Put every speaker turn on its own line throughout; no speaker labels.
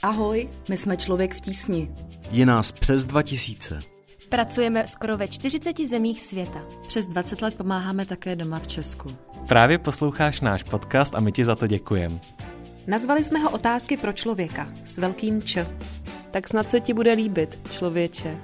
Ahoj, my jsme Člověk v tísni.
Je nás přes 2000.
Pracujeme skoro ve 40 zemích světa.
Přes 20 let pomáháme také doma v Česku.
Právě posloucháš náš podcast a my ti za to děkujeme.
Nazvali jsme ho Otázky pro člověka s velkým Č.
Tak snad se ti bude líbit, člověče.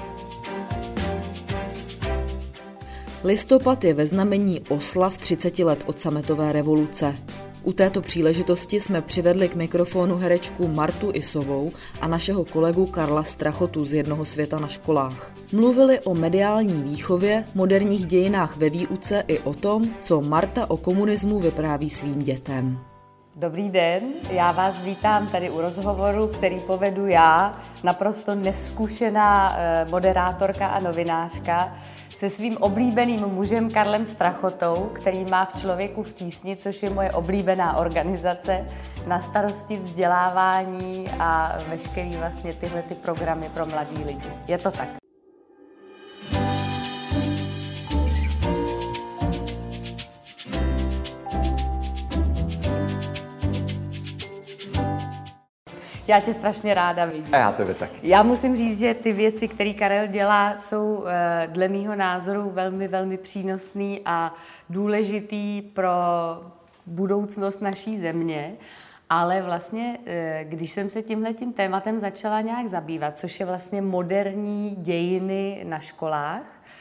Listopad je ve znamení oslav 30 let od sametové revoluce. U této příležitosti jsme přivedli k mikrofonu herečku Martu Isovou a našeho kolegu Karla Strachotu z Jednoho světa na školách. Mluvili o mediální výchově, moderních dějinách ve výuce i o tom, co Marta o komunismu vypráví svým dětem.
Dobrý den, já vás vítám tady u rozhovoru, který povedu já, naprosto neskušená moderátorka a novinářka, se svým oblíbeným mužem Karlem Strachotou, který má v Člověku v tísni, což je moje oblíbená organizace, na starosti vzdělávání a veškerý vlastně tyhle ty programy pro mladý lidi. Je to tak. Já tě strašně ráda vidím.
A já tebe taky.
Já musím říct, že ty věci, které Karel dělá, jsou dle mýho názoru velmi, velmi přínosný a důležitý pro budoucnost naší země. Ale vlastně, když jsem se tímhletím tématem začala nějak zabývat, což je vlastně moderní dějiny na školách,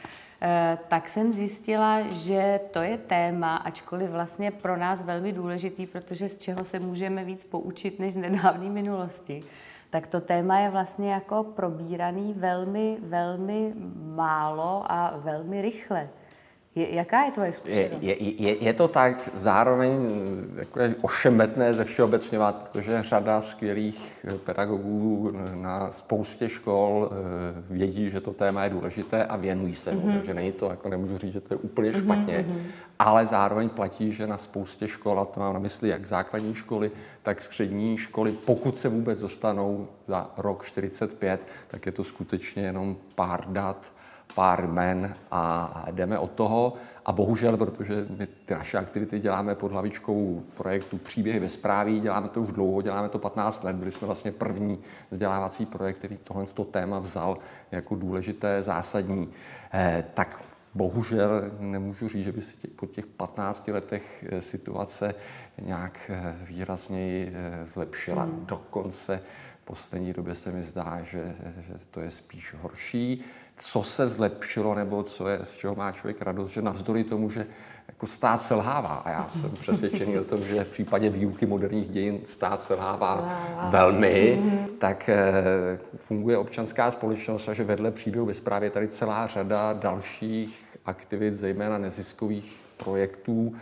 tak jsem zjistila, že to je téma, ačkoliv vlastně pro nás velmi důležitý, protože z čeho se můžeme víc poučit než z nedávné minulosti, tak to téma je vlastně jako probíraný velmi, velmi málo a velmi rychle. Jaká je tvoje zkušenost?
Je to tak, zároveň jako je ošemetné zevšeobecňovat, protože řada skvělých pedagogů na spoustě škol vědí, že to téma je důležité a věnují se mu, takže není to, jako nemůžu říct, že to je úplně špatně, ale zároveň platí, že na spoustě škol, a to mám na mysli jak základní školy, tak střední školy, pokud se vůbec dostanou za rok 45, tak je to skutečně jenom pár dat, pár jmen a jdeme od toho. A bohužel, protože my ty naše aktivity děláme pod hlavičkou projektu Příběhy ve zprávě, děláme to už dlouho, děláme to 15 let, byli jsme vlastně první vzdělávací projekt, který tohle téma vzal jako důležité, zásadní. Tak bohužel nemůžu říct, že by si po těch 15 letech situace nějak výrazněji zlepšila. Dokonce v poslední době se mi zdá, že to je spíš horší. Co se zlepšilo, nebo co je, z čeho má člověk radost, že navzdory tomu, že jako stát selhává, a já jsem přesvědčený o tom, že v případě výuky moderních dějin stát selhává velmi, tak funguje občanská společnost a že vedle Příběhu ve zprávě je tady celá řada dalších aktivit, zejména neziskových projektů,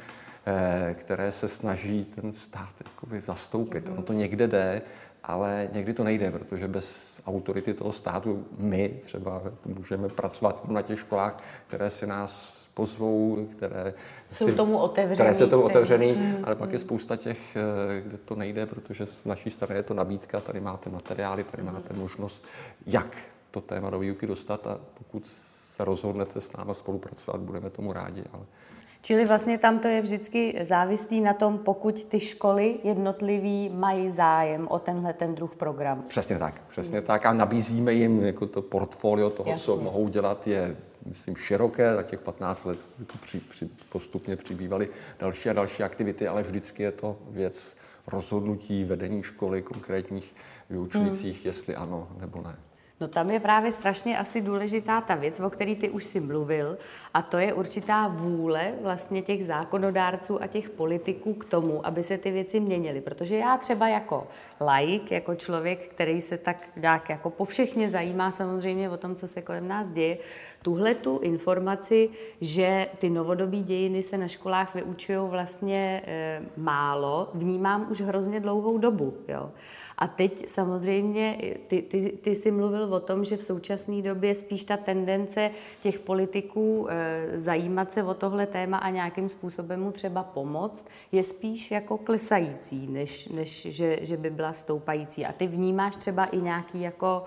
které se snaží ten stát jakoby zastoupit. Ono to někde jde, ale někdy to nejde, protože bez autority toho státu my třeba můžeme pracovat na těch školách, které si nás pozvou, které
jsou tomu
otevřený, ale pak je spousta těch, kde to nejde, protože z naší strany je to nabídka, tady máte materiály, tady máte možnost, jak to téma do výuky dostat, a pokud se rozhodnete s náma spolupracovat, budeme tomu rádi. Ale
čili vlastně tam to je vždycky závislý na tom, pokud ty školy jednotlivý mají zájem o ten druh programu.
Přesně tak. A nabízíme jim jako to portfolio toho, jasně, co mohou dělat, je, myslím, široké. Za těch 15 let postupně přibývaly další a další aktivity, ale vždycky je to věc rozhodnutí vedení školy, konkrétních vyučujících, jestli ano nebo ne.
No tam je právě strašně asi důležitá ta věc, o které ty už si mluvil, a to je určitá vůle vlastně těch zákonodárců a těch politiků k tomu, aby se ty věci měnily. Protože já třeba jako laik, jako člověk, který se tak nějak jako povšechně zajímá samozřejmě o tom, co se kolem nás děje, tuhletu informaci, že ty novodobí dějiny se na školách vyučují vlastně málo, vnímám už hrozně dlouhou dobu, jo. A teď samozřejmě, ty jsi mluvil o tom, že v současné době spíš ta tendence těch politiků zajímat se o tohle téma a nějakým způsobem mu třeba pomoct je spíš jako klesající, než že by byla stoupající. A ty vnímáš třeba i nějaký jako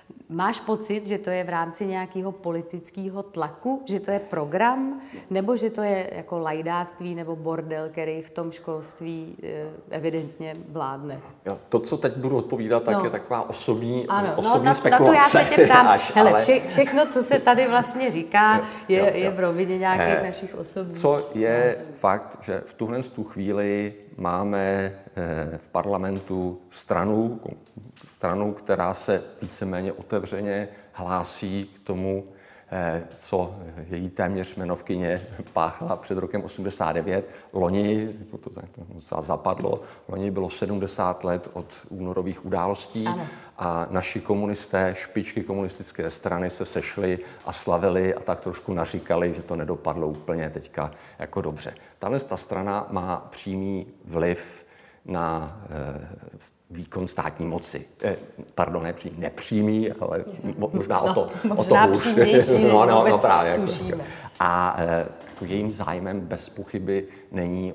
Máš pocit, že to je v rámci nějakého politického tlaku, že to je program, nebo že to je jako lajdáctví nebo bordel, který v tom školství evidentně vládne?
Jo, to, co teď budu odpovídat, tak je taková osobní spekulace.
Na to já se tě ptám. Všechno, co se tady vlastně říká, je v rovině nějakých našich osobních.
Co je fakt, že v tuhle chvíli máme v parlamentu stranu, která se víceméně otevřeně hlásí k tomu, co její téměř jmenovkyně páchala před rokem 89. Loni, to zapadlo, loni bylo 70 let od únorových událostí.
Ano.
A naši komunisté, špičky komunistické strany se sešli a slavili a tak trošku naříkali, že to nedopadlo úplně teďka jako dobře. Tahle strana má přímý vliv na výkon státní moci. Nepřímý, ale možná o to už.
No, právě. Tušíme.
A jejím zájmem bez pochyby není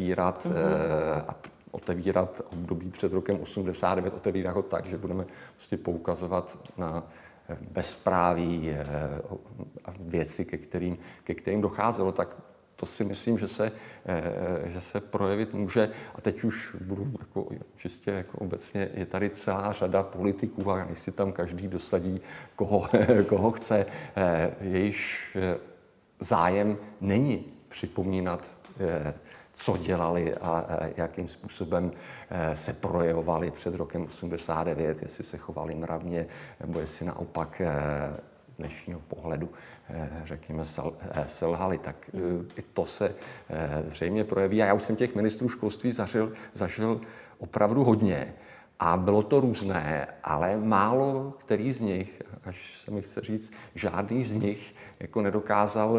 otevírat období před rokem 89, otevírat ho tak, že budeme prostě poukazovat na bezpráví a věci, ke kterým docházelo, tak to si myslím, že se projevit může. A teď už budu čistě obecně, je tady celá řada politiků a než si tam každý dosadí, koho chce, jejíž zájem není připomínat, co dělali a jakým způsobem se projevovali před rokem 89, jestli se chovali mravně, nebo jestli naopak z dnešního pohledu, řekněme, selhali, tak i to se zřejmě projeví. A já už jsem těch ministrů školství zažil opravdu hodně. A bylo to různé, ale málo který z nich, až se mi chce říct, žádný z nich nedokázal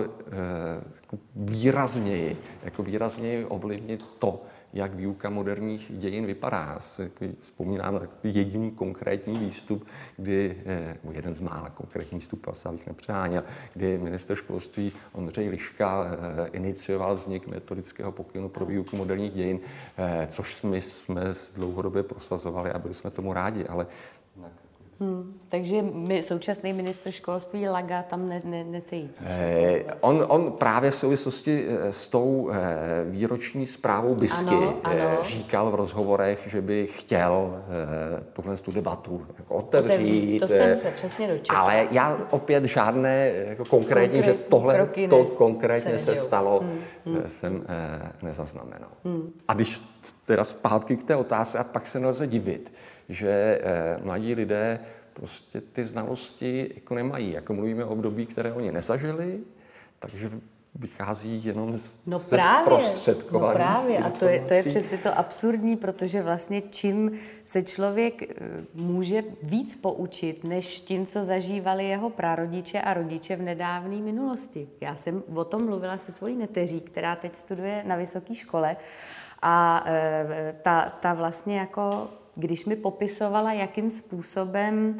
výrazněji ovlivnit to, jak výuka moderních dějin vypadá. Vzpomínám na takový jediný konkrétní výstup, jeden z mála konkrétních výstupů, asi abych nepřeháněl, kdy ministr školství Ondřej Liška inicioval vznik metodického pokynu pro výuku moderních dějin, což my jsme dlouhodobě prosazovali a byli jsme tomu rádi, ale
takže současný ministr školství Laga tam necítí.
On právě v souvislosti s tou výroční zprávou BISky říkal v rozhovorech, že by chtěl tu debatu otevřít.
To jsem se přesně dočetla.
Ale já opět žádné konkrétní, že tohle to konkrétně se stalo, jsem nezaznamenal. A když teda zpátky k té otázce, a pak se nelze divit, že mladí lidé prostě ty znalosti nemají. Mluvíme o období, které oni nezažili, takže vychází jenom ze zprostředkování.
No právě. A to je přeci to absurdní, protože vlastně čím se člověk může víc poučit, než tím, co zažívali jeho prarodiče a rodiče v nedávné minulosti. Já jsem o tom mluvila se svojí neteří, která teď studuje na vysoké škole a ta vlastně když mi popisovala, jakým způsobem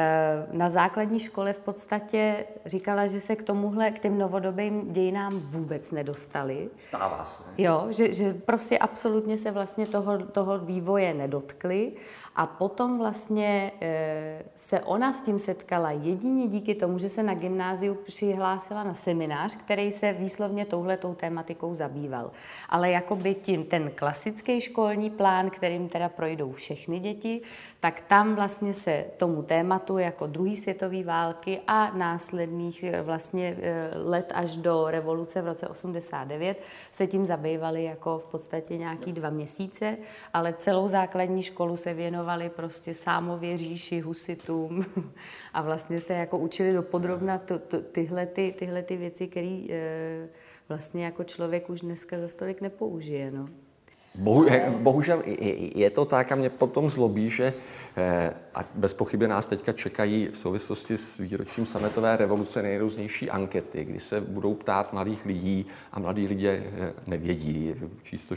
na základní škole v podstatě říkala, že se k těm novodobým dějinám vůbec nedostali.
Stává se.
Jo, že prostě absolutně se vlastně toho vývoje nedotkli a potom vlastně se ona s tím setkala jedině díky tomu, že se na gymnáziu přihlásila na seminář, který se výslovně touhletou tématikou zabýval. Ale jakoby ten klasický školní plán, kterým teda projdou všechny děti, tak tam vlastně se tomu tématu jako druhé světové války a následných vlastně let až do revoluce v roce 89 se tím zabývali jako v podstatě nějaký 2 měsíce, ale celou základní školu se věnovali prostě Sámově říši, husitům a vlastně se učili dopodrobna tyhle věci, které vlastně jako člověk už dneska za stolik nepoužije, no.
Bohužel je to tak a mě potom zlobí, že a bez pochyby nás teďka čekají v souvislosti s výročím sametové revoluce nejrůznější ankety, kdy se budou ptát mladých lidí a mladí lidé nevědí. Číslo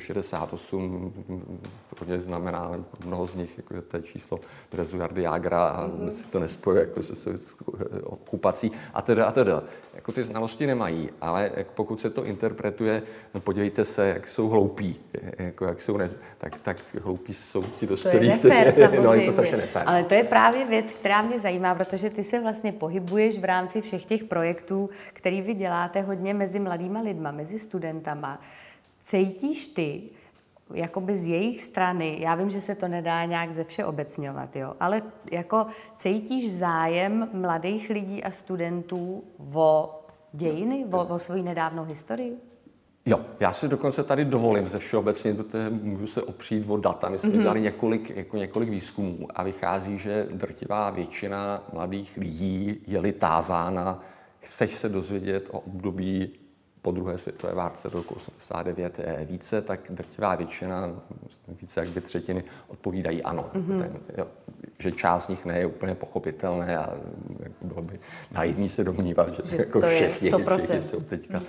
68 pro ně znamená, mnoho z nich, jako je to číslo Terezu Jardy Jágra a si to nespojuje se sovětskou okupací a teda. Ty znalosti nemají, ale pokud se to interpretuje, no podívejte se, jak jsou hloupí, jak jsou tak hloupí jsou ti
To
dospělí.
je nefér, samozřejmě.
No, je to strašně nefér.
Ale to je právě věc, která mě zajímá, protože ty se vlastně pohybuješ v rámci všech těch projektů, který vy děláte hodně mezi mladýma lidma, mezi studentama. Cítíš ty, jakoby z jejich strany, já vím, že se to nedá nějak ze všeobecňovat, jo, ale jako cítíš zájem mladých lidí a studentů o dějiny, o svoji nedávnou historii?
Jo, já si dokonce tady dovolím ze všeobecně, protože můžu se opřít o data. My jsme dělali několik výzkumů a vychází, že drtivá většina mladých lidí je-li tázána, chceš se dozvědět o období po druhé světové válce do roku 89 více, tak drtivá většina, více jak 2/3, odpovídají ano. Že část z nich ne je úplně pochopitelné a bylo by naivní se domnívat, že jako všichni jsou teďka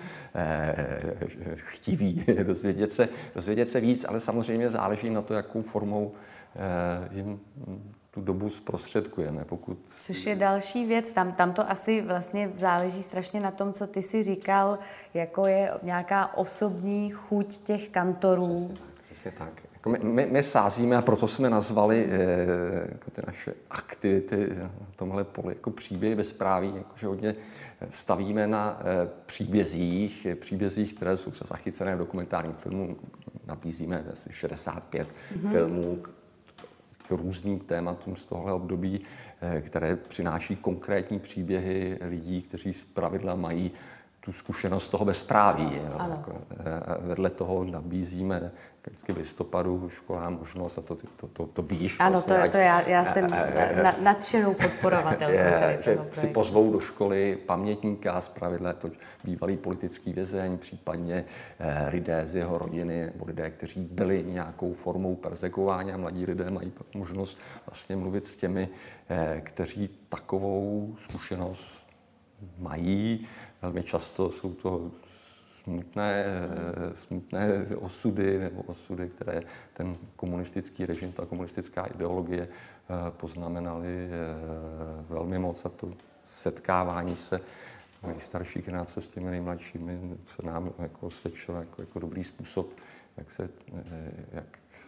chtiví dozvědět se víc, ale samozřejmě záleží na to, jakou formou jim tu dobu zprostředkujeme.
Což je další věc, tam to asi vlastně záleží strašně na tom, co ty si říkal, jako je nějaká osobní chuť těch kantorů.
Přesně tak. Jako my sázíme a proto jsme nazvali jako ty naše aktivity v tomhle poli jako příběhy bezpráví, jakože hodně stavíme na příbězích, které jsou třeba zachycené v dokumentárním filmu. Nabízíme asi 65 filmů k různým tématům z tohle období, které přináší konkrétní příběhy lidí, kteří zpravidla mají tu zkušenost toho bezpráví. Jako, vedle toho nabízíme vždycky v listopadu školám možnost, a to víš.
Ano,
vlastně,
to já jsem nadšenou podporovatelkou
že si pozvou do školy pamětníka, zpravidla je to bývalý politický vězeň, případně lidé z jeho rodiny, nebo lidé, kteří byli nějakou formou perzekuováni a mladí lidé mají možnost vlastně mluvit s těmi, kteří takovou zkušenost mají. Velmi často jsou to smutné osudy nebo osudy, které ten komunistický režim, ta komunistická ideologie poznamenaly velmi moc, a to setkávání se nejstarší generace s těmi nejmladšími se nám jako osvědčilo jako dobrý způsob, jak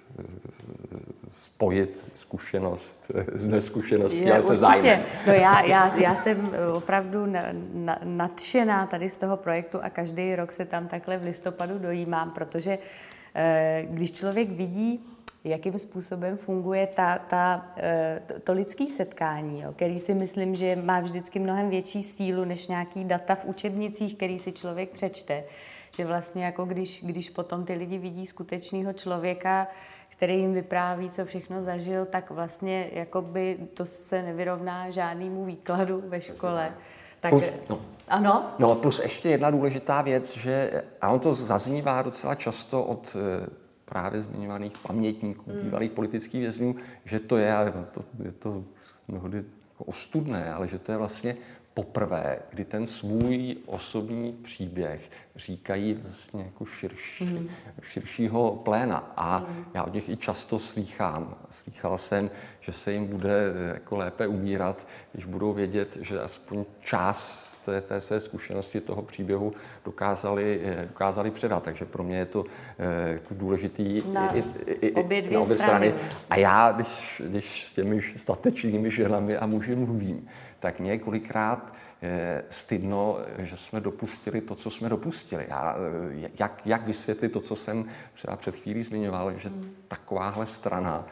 spojit zkušenost s nezkušeností, ale se zájmem.
No já jsem opravdu nadšená tady z toho projektu a každý rok se tam takhle v listopadu dojímám, protože když člověk vidí, jakým způsobem funguje to lidské setkání, jo, který si myslím, že má vždycky mnohem větší sílu než nějaký data v učebnicích, který si člověk přečte. Že vlastně jako když potom ty lidi vidí skutečného člověka, který jim vypráví, co všechno zažil, tak vlastně jakoby to se nevyrovná žádnému výkladu ve škole. Tak, ano?
No plus ještě jedna důležitá věc, že a on to zaznívá docela často od právě zmiňovaných pamětníků, bývalých politických vězňů, že to je to mnohdy jako ostudné, ale že to je vlastně poprvé, kdy ten svůj osobní příběh říkají vlastně jako širšího pléna. A já od nich i často slýchal jsem, že se jim bude jako lépe umírat, když budou vědět, že aspoň část té své zkušenosti toho příběhu dokázali předat. Takže pro mě je to jako důležitý
na obě
strany. A já, když s těmi statečnými ženami a muži mluvím, tak mě je kolikrát stydno, že jsme dopustili to, co jsme dopustili. Jak vysvětlit to, co jsem třeba před chvílí zmiňoval, že takováhle strana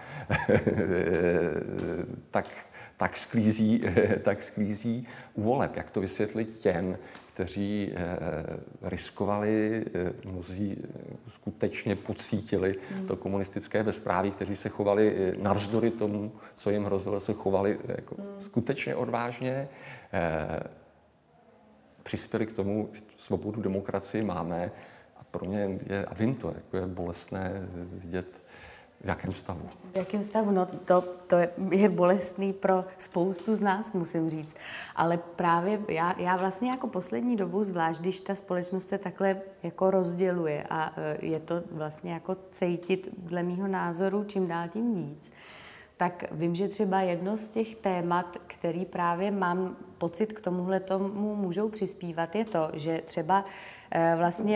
tak sklízí u voleb. Jak to vysvětlit těm, kteří riskovali, mnozí skutečně pocítili to komunistické bezpráví, kteří se chovali navzdory tomu, co jim hrozilo, se chovali jako skutečně odvážně, přispěli k tomu, že svobodu demokracii máme, a pro mě je bolestné vidět, v jakém stavu.
V jakém stavu? No to je bolestný pro spoustu z nás, musím říct. Ale právě já vlastně jako poslední dobu, zvlášť když ta společnost se takhle jako rozděluje a je to vlastně jako cítit dle mýho názoru čím dál tím víc, tak vím, že třeba jedno z těch témat, který právě mám pocit k tomuhle tomu můžou přispívat, je to, že třeba vlastně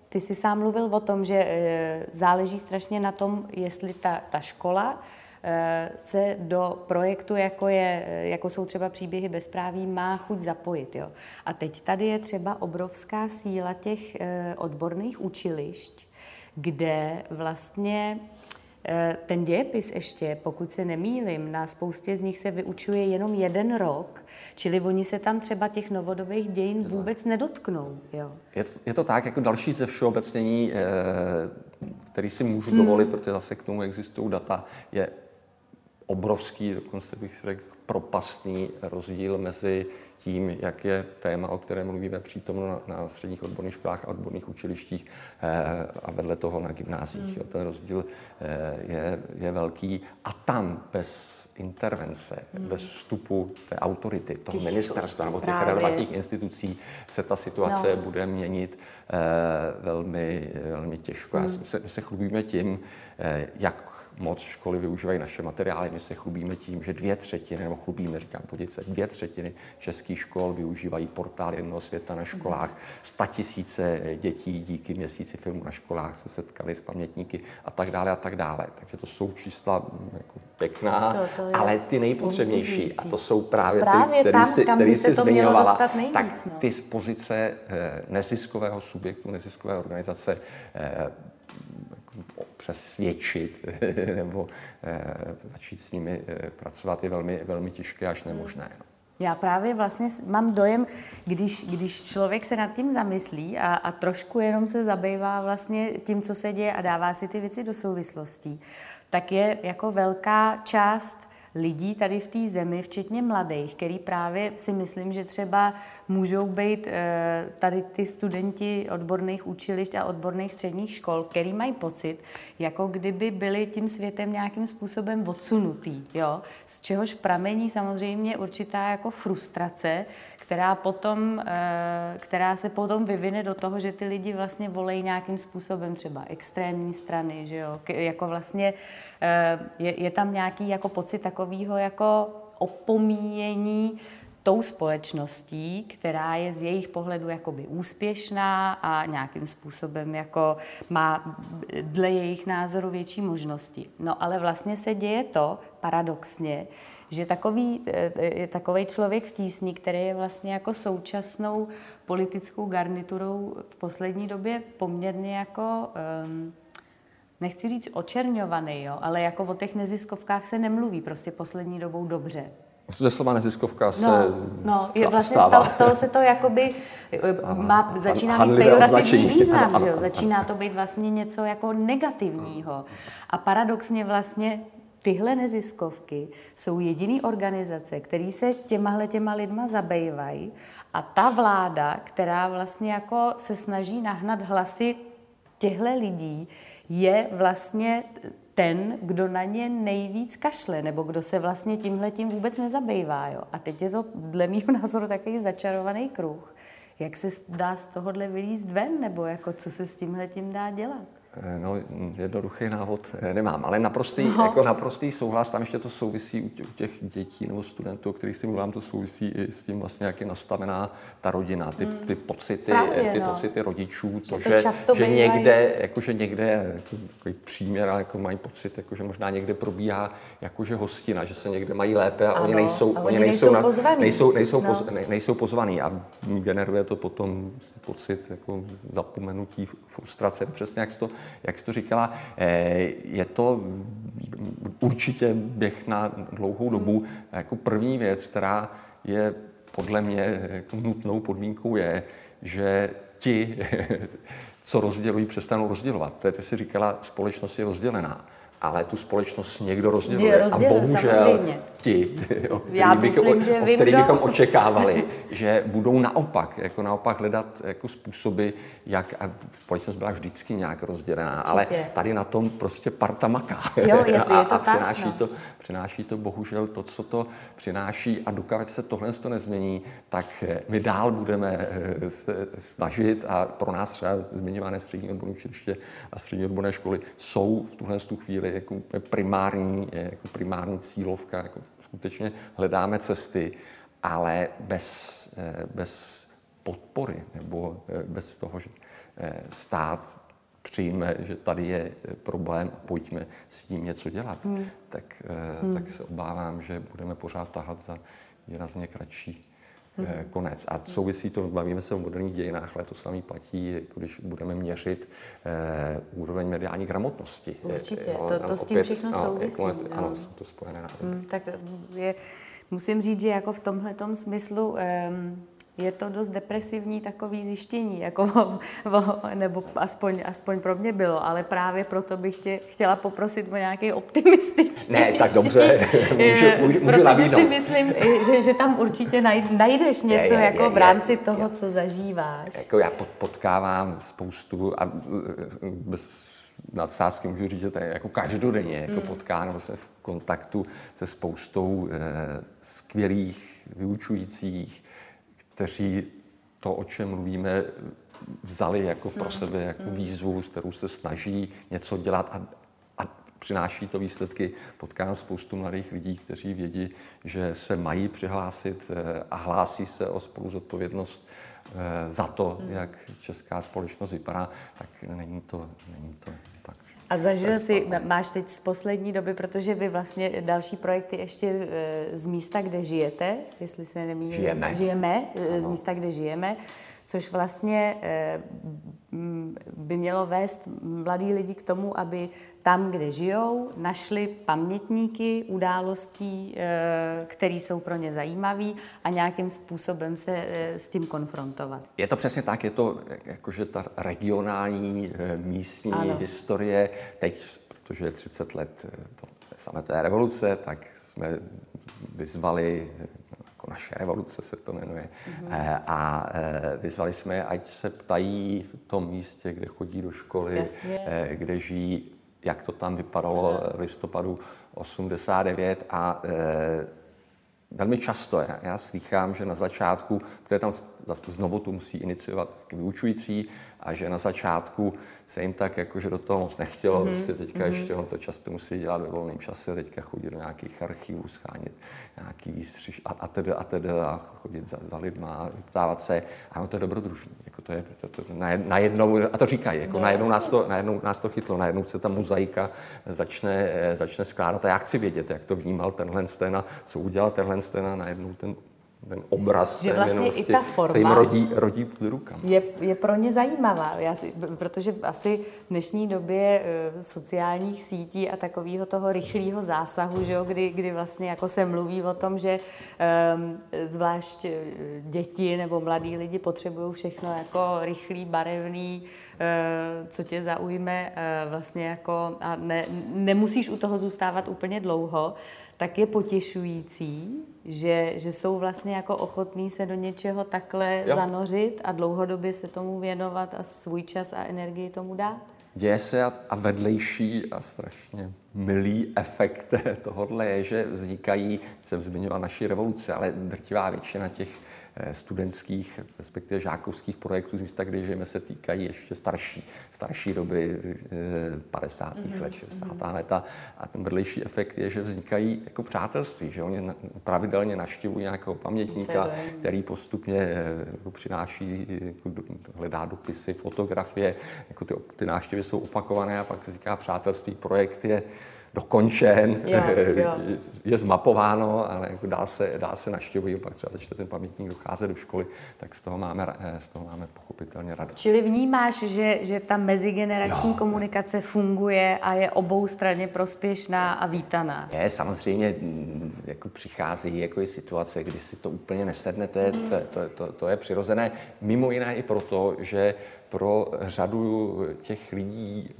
ty jsi sám mluvil o tom, že záleží strašně na tom, jestli ta škola se do projektu, jako jsou třeba příběhy bezpráví, má chuť zapojit. Jo. A teď tady je třeba obrovská síla těch odborných učilišť, kde vlastně ten dějepis ještě, pokud se nemýlim, na spoustě z nich se vyučuje jenom 1 rok, čili oni se tam třeba těch novodobých dějin vůbec nedotknou. Jo.
Je to tak, jako další ze všeobecnění, který si můžu dovolit, protože zase k tomu existují data, je obrovský, dokonce bych si řekl, propastný rozdíl mezi tím, jak je téma, o kterém mluvíme, přítomno na středních odborných školách a odborných učilištích a vedle toho na gymnáziích. Ten rozdíl je velký a tam bez intervence, bez vstupu té autority, toho ministerstva nebo těch relevantních institucí se ta situace bude měnit velmi, velmi těžko. My se chlubíme tím, jak moc školy využívají naše materiály. My se chlubíme tím, že 2/3, nebo chlubíme, říkám, podívejte se, 2/3 českých škol využívají portál Jednoho světa na školách. 100 000 dětí díky Měsíci filmu na školách se setkali s pamětníky a tak dále a tak dále. Takže to jsou čísla jako pěkná, to ale ty nejpotřebnější, a to jsou právě ty, který jsi zmiňovala, tak ty z pozice neziskového subjektu, neziskové organizace přesvědčit nebo začít s nimi pracovat je velmi, velmi těžké až nemožné.
Já právě vlastně mám dojem, když člověk se nad tím zamyslí a trošku jenom se zabývá vlastně tím, co se děje a dává si ty věci do souvislostí, tak je jako velká část lidí tady v té zemi, včetně mladých, který právě si myslím, že třeba můžou být tady ty studenti odborných učilišť a odborných středních škol, který mají pocit, jako kdyby byli tím světem nějakým způsobem odsunutý, jo? Z čehož pramení samozřejmě určitá jako frustrace, která se potom vyvine do toho, že ty lidi vlastně volejí nějakým způsobem třeba extrémní strany, že jo? Jako vlastně je tam nějaký jako pocit takového jako opomíjení tou společností, která je z jejich pohledu jakoby úspěšná a nějakým způsobem jako má dle jejich názoru větší možnosti. No ale vlastně se děje to, paradoxně, že takovej člověk v tísni, který je vlastně jako současnou politickou garniturou v poslední době poměrně jako, nechci říct očerňovaný, jo, ale jako o těch neziskovkách se nemluví prostě poslední dobou dobře.
Ze slova neziskovka se
stalo se to jakoby, začíná mít pejorativní význam, že jo? Začíná to být vlastně něco jako negativního. A paradoxně vlastně tyhle neziskovky jsou jediný organizace, které se těma lidma zabývají a ta vláda, která vlastně jako se snaží nahnat hlasy těchto lidí, je vlastně ten, kdo na ně nejvíc kašle, nebo kdo se vlastně tímhletím vůbec nezabývá. Jo? A teď je to dle mýho názoru takový začarovaný kruh. Jak se dá z tohohle vylízt ven, nebo jako co se s tímhletím dá dělat?
No, jednoduchý návod nemám, ale naprostý souhlas, tam ještě to souvisí u těch dětí nebo studentů, o kterých si mluvám, to souvisí i s tím vlastně, jak je nastavená ta rodina, ty pocity, pocity rodičů, to, že někde takový příměr, ale jako mají pocit, jako, že možná někde probíhá jakože hostina, že se někde mají lépe a oni nejsou pozvaní a generuje to potom pocit jako zapomenutí, frustrace, přesně jak jsi to říkala, je to určitě běh na dlouhou dobu. Jako první věc, která je podle mě jako nutnou podmínkou, je, že ti, co rozdělují, přestanou rozdělovat. Ty jsi říkala, společnost je rozdělená. Ale tu společnost někdo rozděluje. A bohužel samozřejmě. Ti, o kterých bychom očekávali, že budou naopak hledat jako způsoby, jak a společnost byla vždycky nějak rozdělená, ale tady na tom prostě parta maká. A přináší to bohužel to, co to přináší, a dokud se tohle nezmění, tak my dál budeme se snažit, a pro nás třeba zmiňované střední odborné učiliště a střední odborné školy jsou v tuhle chvíli jako primární cílovka, jako skutečně hledáme cesty, ale bez podpory nebo bez toho, stát přijme, že tady je problém a pojďme s tím něco dělat, tak se obávám, že budeme pořád tahat za výrazně kratší konec. A souvisí to, bavíme se o moderních dějinách, ale to samé platí, jako když budeme měřit úroveň mediální gramotnosti.
Určitě, to s tím všechno souvisí.
Ano, jsou to spojené nádoby.
Tak musím říct, že jako v tomhletom smyslu je to dost depresivní takový zjištění, jako nebo aspoň pro mě bylo, ale právě proto bych tě chtěla poprosit o nějaký optimističnější.
Ne, tak dobře, můžu
protože
nabídnout.
si myslím, že tam určitě najdeš něco v rámci toho, co zažíváš.
Jako já potkávám spoustu, a bez nadsázky můžu říct, že to je jako každodenně potkávám se v kontaktu se spoustou skvělých vyučujících, kteří to, o čem mluvíme, vzali jako pro sebe jako výzvu, s kterou se snaží něco dělat a přináší to výsledky. Potkám spoustu mladých lidí, kteří vědí, že se mají přihlásit a hlásí se o spoluzodpovědnost za to, jak česká společnost vypadá, tak není to tak.
A zažil jsi, máš teď z poslední doby, protože vy vlastně další projekty ještě z místa, kde žijete, jestli se nemýlím. Žijeme, z místa, kde žijeme, což vlastně by mělo vést mladí lidi k tomu, aby tam, kde žijou, našli pamětníky událostí, které jsou pro ně zajímavé a nějakým způsobem se s tím konfrontovat.
Je to přesně tak, je to jakože ta regionální místní historie. Teď, protože je 30 let sametové revoluce, tak jsme vyzvali, jako naše revoluce se to jmenuje, a vyzvali jsme, ať se ptají v tom místě, kde chodí do školy, kde žijí, jak to tam vypadalo v listopadu 89 a velmi často já slýchám, že na začátku, protože tam znovu to musí iniciovat vyučující a že na začátku se jim tak jakože do toho moc nechtělo, prostě teďka ještě to často musí dělat ve volném čase, teďka chodit do nějakých archivů, schánět nějaký výstřiž a chodit za lidma, ptávat se, a to je dobrodružný, jako to je najednou, a to říkají, jako najednou nás to chytlo, najednou se ta mozaika začne skládat a já chci vědět, jak to vnímal tenhle scén a co udělal tenhle scén a najednou ten obraz
že vlastně i ta forma
se jim rodí pod rukama.
Je pro ně zajímavá, protože asi v dnešní době sociálních sítí a takového toho rychlého zásahu, že jo, kdy vlastně jako se mluví o tom, že zvlášť děti nebo mladí lidi potřebují všechno jako rychlý, barevný, co tě zaujme vlastně jako a nemusíš u toho zůstávat úplně dlouho, tak je potěšující, že jsou vlastně jako ochotní se do něčeho takhle zanořit a dlouhodobě se tomu věnovat a svůj čas a energii tomu dát?
Děje se a vedlejší a strašně milý efekt tohohle je, že vznikají, jsem zmiňoval naši revoluce, ale drtivá většina těch studentských, respektive žákovských projektů z místa, kde žijeme, se týkají ještě starší doby 50. let, 60. leta. A ten vedlejší efekt je, že vznikají jako přátelství, že oni pravidelně navštěvují nějakého pamětníka, který postupně jako přináší, jako hledá dopisy, fotografie, jako ty návštěvy jsou opakované a pak vzniká přátelství, projekt je dokončen, je zmapováno, ale jako dál se navštěvují, pak třeba začne ten pamětník docházet do školy, tak z toho máme pochopitelně radost.
Čili vnímáš, že ta mezigenerační komunikace funguje a je oboustranně prospěšná a vítaná?
Je, samozřejmě jako přichází jako je situace, kdy si to úplně nesedne, to je přirozené, mimo jiné i proto, že pro řadu těch lidí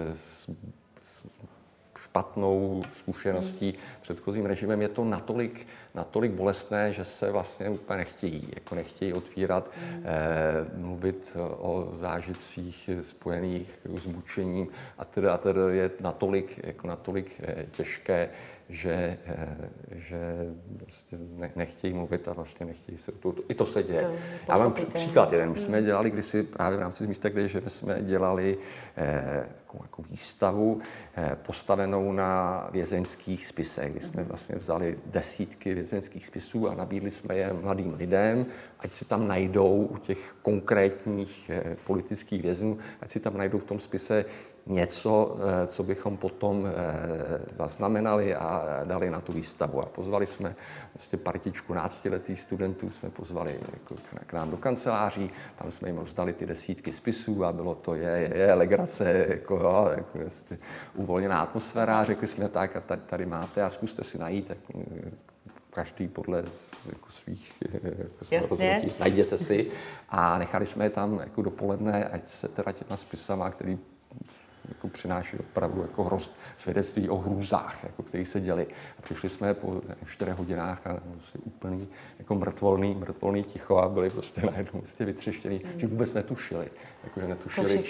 špatnou zkušeností předchozím režimem je to natolik bolestné, že se vlastně úplně nechtějí otvírat, mluvit o zážitcích spojených s mučením a teda je natolik těžké, že prostě nechtějí mluvit a vlastně nechtějí se i to se děje. Já mám příklad jeden. My jsme dělali kdysi právě v rámci místa, kde jsme dělali jako výstavu postavenou na vězeňských spisech, kdy jsme vlastně vzali desítky vězeňských spisů a nabídli jsme je mladým lidem, ať si tam najdou u těch konkrétních politických vězňů, ať si tam najdou v tom spise něco, co bychom potom zaznamenali a dali na tu výstavu. A pozvali jsme vlastně partičku 12letých studentů, jsme pozvali jako k nám do kanceláří, tam jsme jim rozdali ty desítky spisů a bylo to legrace, jako vlastně uvolněná atmosféra. Řekli jsme tak a tady máte a zkuste si najít každý podle jako svých rozhodnutí. Najděte si. A nechali jsme je tam jako dopoledne, ať se teda těma spisama, který jako přináší opravdu jako svědectví o hrůzách, jako, které se děly. A přišli jsme po 4 hodinách a úplný jako mrtvolný ticho a byli prostě najednou vytřeštění, že vůbec netušili. Jako, že netušili,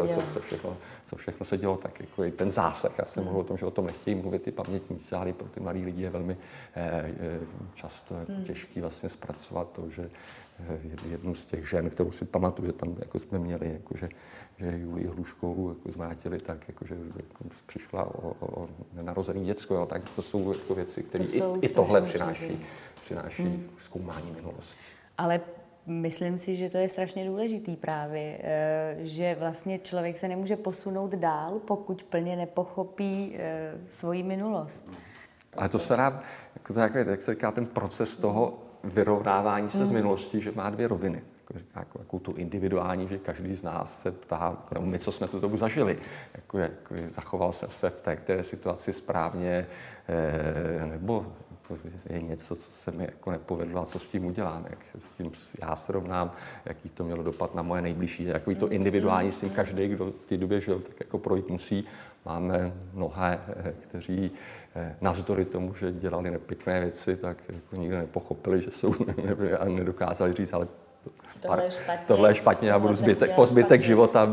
co všechno se dělo, tak jako i ten zásah. Já jsem mluvil o tom, že o tom nechtějí mluvit ty pamětníci, ale pro ty mladí lidi je velmi často jako těžký vlastně zpracovat to, že jednu z těch žen, kterou si pamatuju, že tam jako jsme měli, jako, že Julii Hluškovou jako zmátili tak, jako, že jako přišla o nenarozený děcko. Jo, tak to jsou jako věci, které i tohle přináší zkoumání minulosti.
Ale myslím si, že to je strašně důležitý právě, že vlastně člověk se nemůže posunout dál, pokud plně nepochopí svoji minulost.
Ale to se dá, jak se říká, ten proces toho vyrovnávání se s minulostí, že má 2 roviny. Jako tu individuální, že každý z nás se ptá, my, co jsme tu dobu zažili, jako zachoval jsem se v té situaci správně, nebo je něco, co se mi jako nepovedlo a co s tím udělám, jak s tím já srovnám, jaký to mělo dopad na moje nejbližší. Jako to individuální s tím každý, kdo v té době žil, tak jako projít musí. Máme mnohé, kteří navzdory tomu, že dělali nepěkné věci, tak jako nikdy nepochopili, že jsou a nedokázali říct, ale tohle je špatně, já budu po zbytek života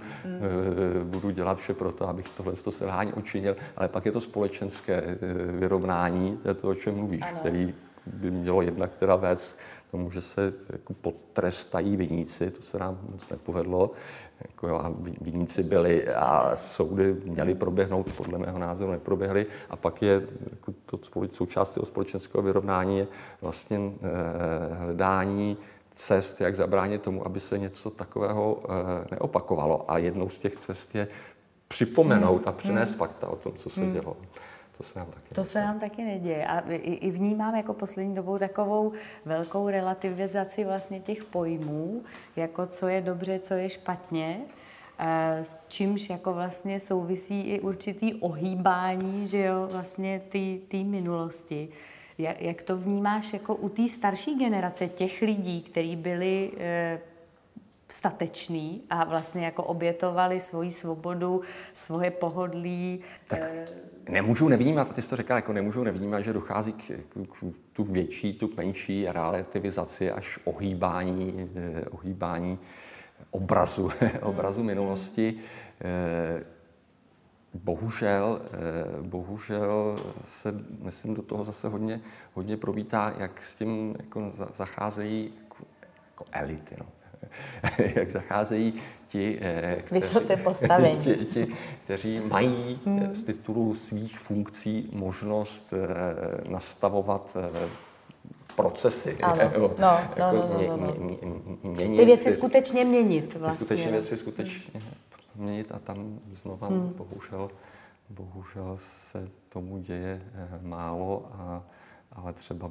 budu dělat vše pro to, abych tohle selhání učinil, ale pak je to společenské vyrovnání, to je to, o čem mluvíš, který by mělo jednak teda vést tomu, že se jako potrestají viníci, to se nám moc nepovedlo, jako, a viníci byli a soudy měly proběhnout, podle mého názoru neproběhly, a pak je jako součást toho společenského vyrovnání je vlastně hledání cest, jak zabránit tomu, aby se něco takového neopakovalo. A jednou z těch cest je připomenout a přinést fakta o tom, co se dělo. To se nám taky neděje. A i vnímám jako poslední dobou takovou velkou relativizaci vlastně těch pojmů, jako co je dobře, co je špatně, s čímž jako vlastně souvisí i určitý ohýbání, že jo, vlastně té minulosti. Jak to vnímáš jako u té starší generace těch lidí, kteří byli stateční a vlastně jako obětovali svoji svobodu, svoje pohodlí? Tak nemůžu nevnímat, ty jsi to řekla, jako nemůžu nevnímat, že dochází k tu větší, tu menší relativizaci až ohýbání obrazu minulosti. Bohužel se, myslím, do toho zase hodně promítá, jak s tím jako zacházejí jako elity. No. Jak zacházejí ti,
vysoce postavení.
kteří mají z titulu svých funkcí možnost nastavovat procesy.
Měnit. Ty věci skutečně měnit. Vlastně.
Měnit a tam znova bohužel se tomu děje málo, ale třeba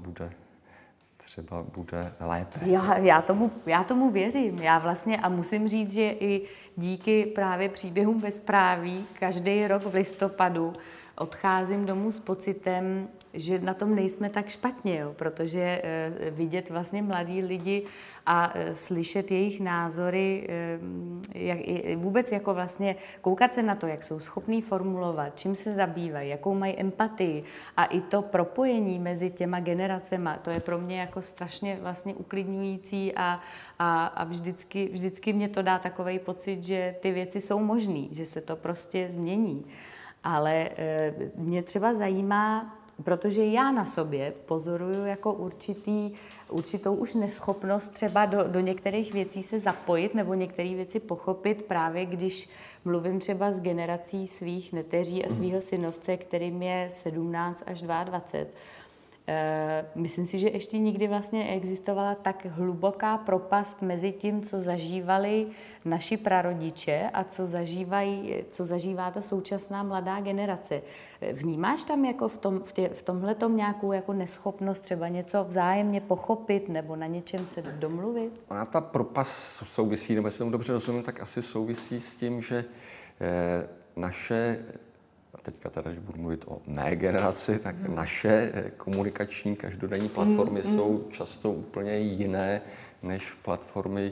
bude lépe.
Já tomu věřím. Já vlastně a musím říct, že i díky právě příběhům bezpráví každý rok v listopadu odcházím domů s pocitem, že na tom nejsme tak špatně, jo, protože vidět vlastně mladí lidi a slyšet jejich názory, vůbec jako vlastně koukat se na to, jak jsou schopní formulovat, čím se zabývají, jakou mají empatii a i to propojení mezi těma generacema, to je pro mě jako strašně vlastně uklidňující a vždycky mě to dá takovej pocit, že ty věci jsou možný, že se to prostě změní. Ale mě třeba zajímá, protože já na sobě pozoruju jako určitou už neschopnost třeba do některých věcí se zapojit nebo některé věci pochopit, právě když mluvím třeba s generací svých neteří a svého synovce, kterým je 17 až 22. Myslím si, že ještě nikdy vlastně neexistovala tak hluboká propast mezi tím, co zažívali naši prarodiče a co zažívá ta současná mladá generace. Vnímáš tam jako v tomhletom nějakou jako neschopnost třeba něco vzájemně pochopit nebo na něčem se domluvit?
Ona ta propast souvisí, nebo jestli tomu dobře rozumím, tak asi souvisí s tím, že naše, a teďka teda, když budu mluvit o mé generaci, tak naše komunikační každodenní platformy jsou často úplně jiné než platformy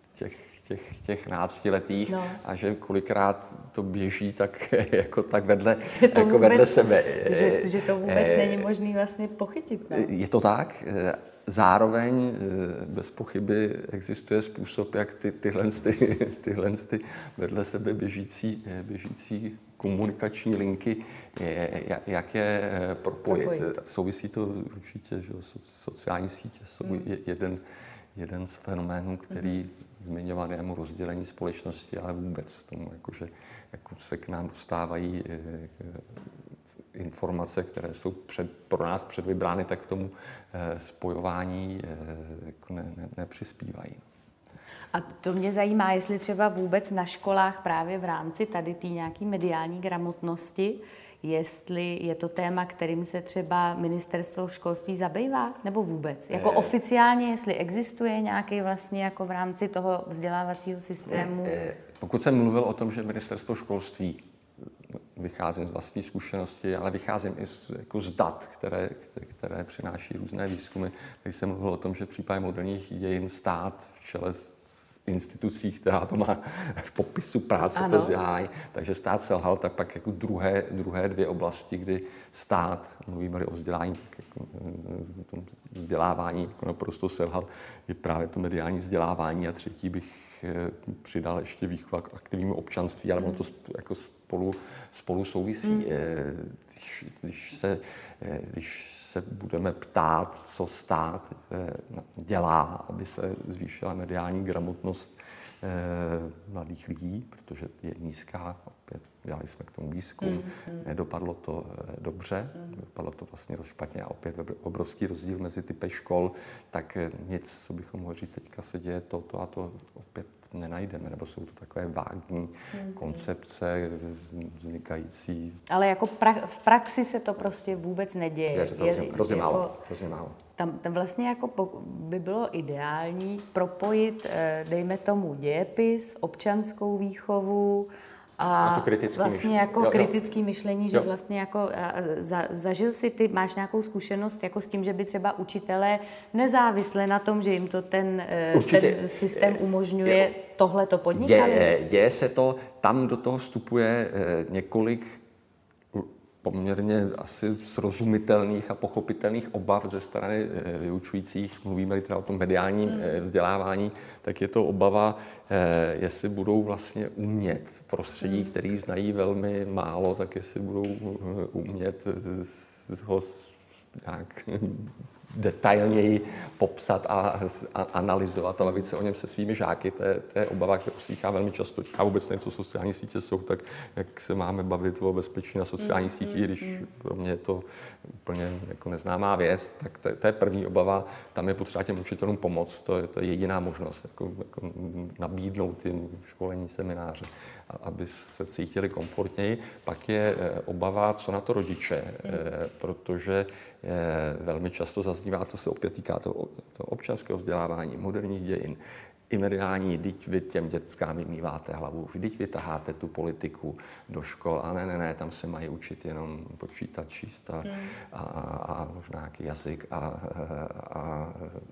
těch 12letých a že kolikrát to běží tak jako tak vedle sebe.
Že to vůbec není možné vlastně pochytit. Ne?
Je to tak. Zároveň bez pochyby existuje způsob, jak tyhle vedle sebe běžící komunikační linky, jak je propojit. Souvisí to určitě, že sociální sítě jsou jeden z fenoménů, který zmiňovanému rozdělení společnosti, ale vůbec tomu, jakože jako se k nám dostávají informace, které jsou pro nás předvybrány, tak k tomu spojování jako nepřispívají.
A to mě zajímá, jestli třeba vůbec na školách právě v rámci tady té nějaký mediální gramotnosti, jestli je to téma, kterým se třeba ministerstvo školství zabývá, nebo vůbec? Jako oficiálně, jestli existuje nějaký vlastně jako v rámci toho vzdělávacího systému?
Pokud jsem mluvil o tom, že ministerstvo školství, vycházím z vlastní zkušenosti, ale vycházím i z dat, které přináší různé výzkumy, tak jsem mluvil o tom, že v případě moderních dějin stát v čele institucí, která to má v popisu práce, to vzdělávání. Takže stát selhal, tak pak jako druhé dvě oblasti, kdy stát, mluvíme o vzdělání, jako vzdělávání jako naprosto selhal, je právě to mediální vzdělávání a třetí bych přidal ještě výchova k aktivnímu občanství, ale ono to jako spolu souvisí. Když se budeme ptát, co stát dělá, aby se zvýšila mediální gramotnost mladých lidí, protože je nízká, opět dělali jsme k tomu výzkum, nedopadlo to dobře, dopadlo to vlastně dost špatně a opět obrovský rozdíl mezi typy škol, tak nic, co bychom mohli říct, teďka se děje to a to opět nenajdeme, nebo jsou to takové vágní koncepce vznikající.
Ale jako v praxi se to prostě vůbec neděje.
Je to hrozně málo.
Tam vlastně jako by bylo ideální propojit, dejme tomu, dějepis, občanskou výchovu a vlastně jako kritický myšlení, že vlastně jako zažil si ty, máš nějakou zkušenost jako s tím, že by třeba učitelé nezávisle na tom, že jim to ten systém umožňuje, tohleto podnikali?
Děje se to, tam do toho vstupuje několik poměrně asi srozumitelných a pochopitelných obav ze strany vyučujících. Mluvíme-li teda o tom mediálním vzdělávání, tak je to obava, jestli budou vlastně umět prostředí, který znají velmi málo, tak jestli budou umět ho nějak detailněji popsat a analyzovat a bavit se o něm se svými žáky. To je obava, kterou slýchá velmi často. A vůbec nevím, co sociální sítě jsou, tak jak se máme bavit o bezpečí na sociální síti, když pro mě je to úplně jako neznámá věc, tak to je první obava. Tam je potřeba těm učitelům pomoct. To je jediná možnost, jako nabídnout jim školení, semináře, aby se cítili komfortněji. Pak je obava, co na to rodiče, protože velmi často zaznívá, to se opět týká toho občanského vzdělávání, moderních dějin, i mediální, vždyť vy těm dětskám vymýváte hlavu, vždyť vy taháte tu politiku do škol a ne, tam se mají učit jenom počítat, číst a možná nějaký jazyk a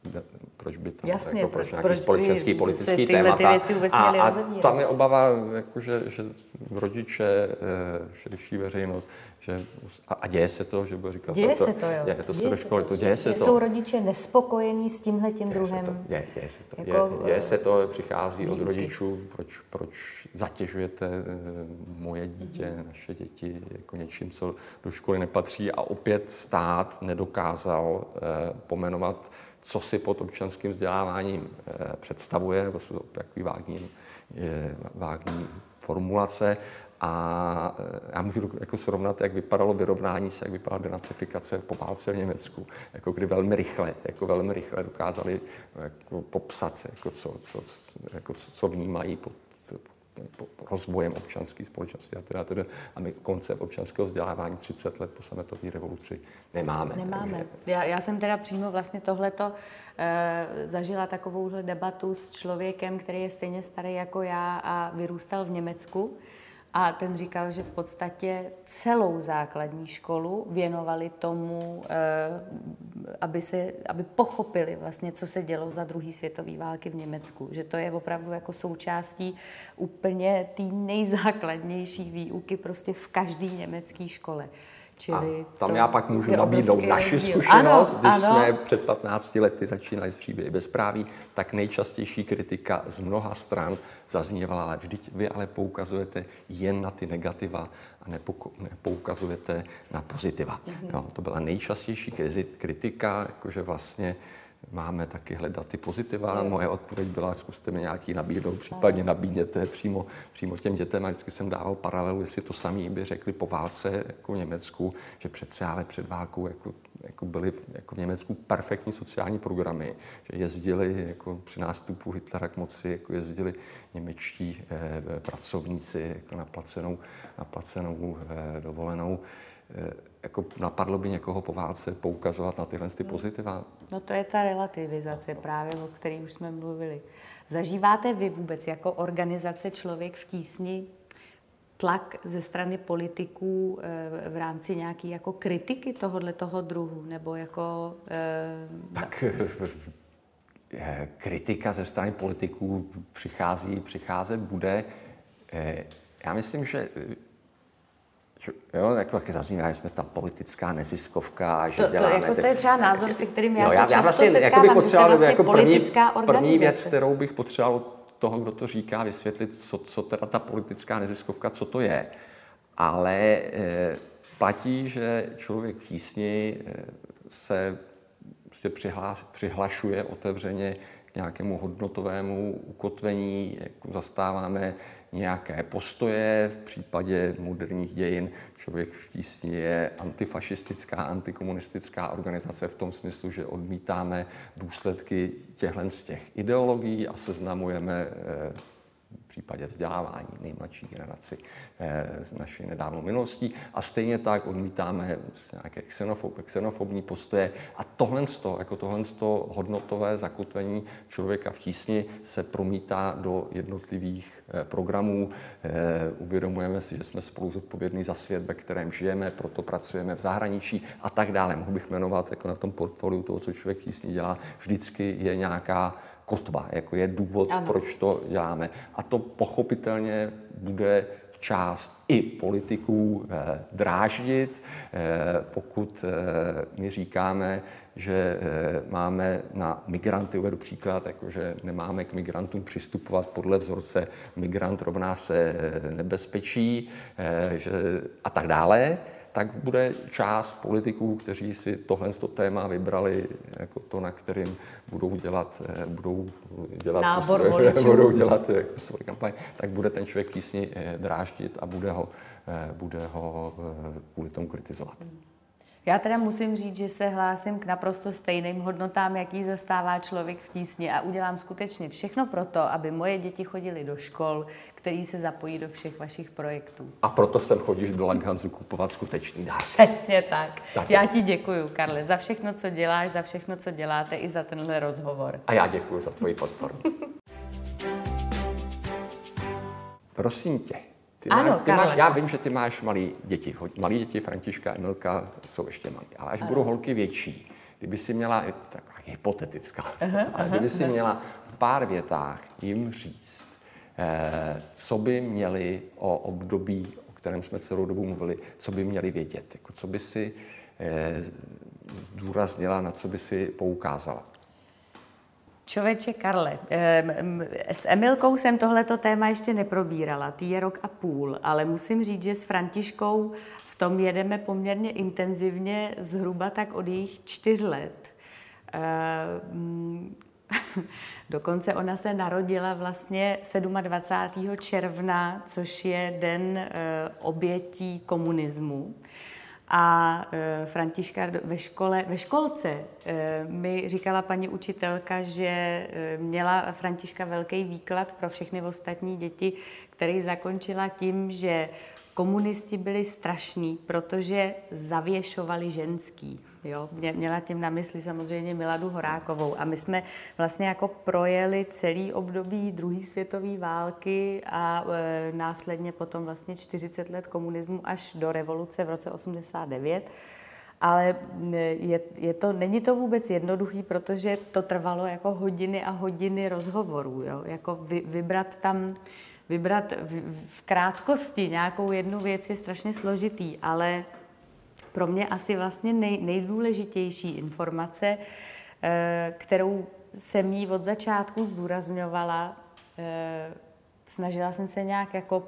proč by tam,
Jasně,
jako proč nějaký společenský, politický
témata. Věci vůbec
a tam je obava, jako, že rodiče, širší veřejnost, že, a děje se to, že bude říkat...
Děje se to, jo.
Děje to se ve škole, to děje se to.
Jsou rodiče nespokojení s tímhletím druhem?
Děje se to. Jako, děje se to, přichází od rodičů, proč zatěžujete moje dítě, naše děti jako něčím, co do školy nepatří, a opět stát nedokázal pomenovat, co si pod občanským vzděláváním představuje, nebo jsou to takový vágní formulace. A já můžu jako srovnat, jak vypadalo vyrovnání se, jak vypadala denacifikace po válce v Německu, jako kdy velmi rychle dokázali jako popsat, jako co vnímají pod rozvojem občanské společnosti a teda. A my koncept občanského vzdělávání 30 let po sametové revoluci nemáme.
Takže... Já jsem teda přímo vlastně tohleto zažila takovouhle debatu s člověkem, který je stejně starý jako já a vyrůstal v Německu. A ten říkal, že v podstatě celou základní školu věnovali tomu, aby pochopili vlastně, co se dělo za druhé světové války v Německu. Že to je opravdu jako součástí úplně té nejzákladnější výuky prostě v každé německé škole.
Čili a tam já pak můžu nabídnout naši zkušenost. Když jsme před 15 lety začínali s příběhy bezpráví, tak nejčastější kritika z mnoha stran zaznívala, ale vždyť vy ale poukazujete jen na ty negativa a nepoukazujete na pozitiva. No, to byla nejčastější kritika, jakože vlastně máme taky hledat ty pozitiva. Moje odpověď byla, zkuste mi nějaký nabídnout, případně nabídněte přímo těm dětem. A vždycky jsem dával paralelu, jestli to samý by řekli po válce jako v Německu, že přece ale před válkou jako byly jako v Německu perfektní sociální programy, že jezdili jako při nástupu Hitlera k moci, jako jezdili němečtí pracovníci jako na placenou dovolenou. Jako napadlo by někoho po válce poukazovat na tyhle pozitiva?
No to je ta relativizace právě, o které už jsme mluvili. Zažíváte vy vůbec jako organizace Člověk v tísni tlak ze strany politiků v rámci nějaké jako kritiky tohoto druhu? Nebo jako...
Tak kritika ze strany politiků přicházet bude. Já myslím, že jo, jako taky zaznívá, že jsme ta politická neziskovka, že děláme...
To je třeba názor, se kterým já se často
vlastně,
setkávám,
jako že jste vlastně
jako
první věc, kterou bych potřeboval toho, kdo to říká, vysvětlit, co teda ta politická neziskovka, co to je. Ale platí, že Člověk v tísni se prostě přihlašuje otevřeně k nějakému hodnotovému ukotvení, jako zastáváme nějaké postoje. V případě moderních dějin Člověk v tísni je antifašistická, antikomunistická organizace v tom smyslu, že odmítáme důsledky z těch ideologií a seznamujeme v případě vzdělávání nejmladší generaci z naší nedávnou minulostí. A stejně tak odmítáme nějaké xenofobní postoje. A tohle hodnotové zakotvení Člověka v tísni se promítá do jednotlivých programů. Uvědomujeme si, že jsme spolu zodpovědní za svět, ve kterém žijeme, proto pracujeme v zahraničí a tak dále. Mohl bych jmenovat jako na tom portfoliu toho, co Člověk v tísni dělá. Vždycky je nějaká kotva, jako je důvod, proč to děláme. A to pochopitelně bude část i politiků dráždit, pokud my říkáme, že máme na migranty, uvedu příklad, jakože nemáme k migrantům přistupovat podle vzorce migrant rovná se nebezpečí a tak dále, tak bude část politiků, kteří si tohle téma vybrali jako to, na kterým budou dělat svoji kampaň, tak bude ten Člověk v tísni dráždit a bude ho kvůli tomu kritizovat.
Já teda musím říct, že se hlásím k naprosto stejným hodnotám, jaký zastává Člověk v tísni a udělám skutečně všechno pro to, aby moje děti chodily do škol, který se zapojí do všech vašich projektů.
A proto sem chodíš do Langhansu kupovat skutečný dárky.
Přesně tak. Já ti děkuju, Karle, za všechno, co děláš, za všechno, co děláte i za tenhle rozhovor.
A já děkuju za tvoji podporu. Prosím tě. Já vím, že ty máš malé děti. Malé děti, Františka, Emilka jsou ještě malí. Ale až budou holky větší, kdyby si měla, tak hypotetická, ale kdyby si měla v pár větách jim říct, co by měli o období, o kterém jsme celou dobu mluvili, co by měli vědět, jako co by si zdůraznila, na co by si poukázala.
Člověče Karle, s Emilkou jsem tohleto téma ještě neprobírala, tý je 1,5 roku, ale musím říct, že s Františkou v tom jedeme poměrně intenzivně zhruba tak od jejich 4 let. Dokonce ona se narodila vlastně 27. června, což je den obětí komunismu. A Františka ve školce mi říkala paní učitelka, že měla Františka velký výklad pro všechny ostatní děti, který zakončila tím, že komunisti byli strašní, protože zavěšovali ženský. Jo? Měla tím na mysli samozřejmě Miladu Horákovou. A my jsme vlastně jako projeli celý období druhé světové války a následně potom vlastně 40 let komunismu až do revoluce v roce 89. Ale není to vůbec jednoduchý, protože to trvalo jako hodiny a hodiny rozhovorů. Jo? Jako vybrat v krátkosti nějakou jednu věc je strašně složitý, ale pro mě asi vlastně nejdůležitější informace, kterou jsem jí od začátku zdůrazňovala, snažila jsem se nějak jako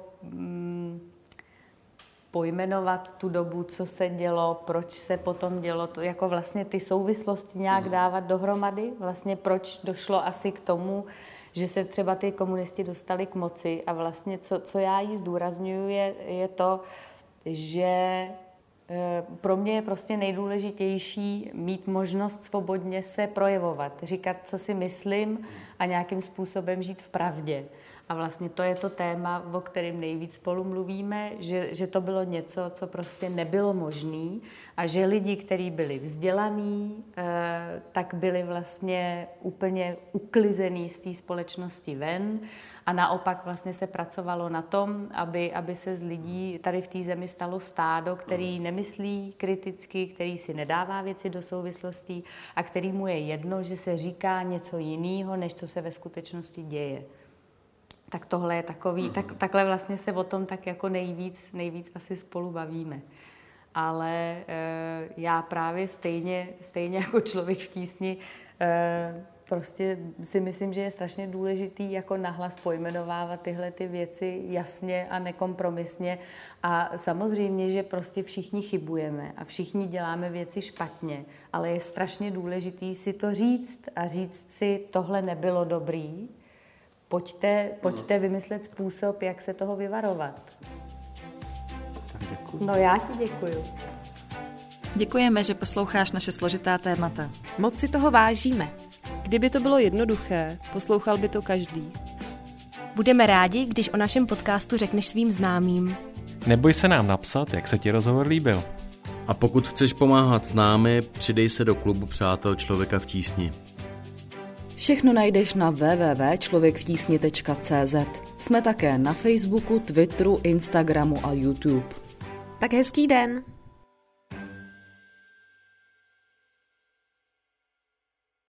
pojmenovat tu dobu, co se dělo, proč se potom dělo, to jako vlastně ty souvislosti nějak dávat dohromady, vlastně proč došlo asi k tomu, že se třeba ty komunisti dostali k moci a vlastně co já jí zdůrazňuji je to, že pro mě je prostě nejdůležitější mít možnost svobodně se projevovat, říkat, co si myslím a nějakým způsobem žít v pravdě. A vlastně to je to téma, o kterém nejvíc spolu mluvíme, že to bylo něco, co prostě nebylo možné a že lidi, kteří byli vzdělaní, tak byli vlastně úplně uklizení z té společnosti ven a naopak vlastně se pracovalo na tom, aby se z lidí tady v té zemi stalo stádo, který nemyslí kriticky, který si nedává věci do souvislostí a který mu je jedno, že se říká něco jiného, než co se ve skutečnosti děje. Tak tohle je takový, takhle vlastně se o tom tak jako nejvíc asi spolu bavíme. Ale já právě stejně jako člověk v tísni prostě si myslím, že je strašně důležitý jako nahlas pojmenovávat tyhle ty věci jasně a nekompromisně. A samozřejmě, že prostě všichni chybujeme a všichni děláme věci špatně, ale je strašně důležitý si to říct a říct si, tohle nebylo dobrý. Pojďte vymyslet způsob, jak se toho vyvarovat. No já ti děkuju.
Děkujeme, že posloucháš naše složitá témata.
Moc si toho vážíme. Kdyby to bylo jednoduché, poslouchal by to každý. Budeme rádi, když o našem podcastu řekneš svým známým.
Neboj se nám napsat, jak se ti rozhovor líbil.
A pokud chceš pomáhat s námi, přidej se do klubu přátel Člověka v tísni.
Všechno najdeš na www.člověkvtísni.cz. Jsme také na Facebooku, Twitteru, Instagramu a YouTube.
Tak hezký den!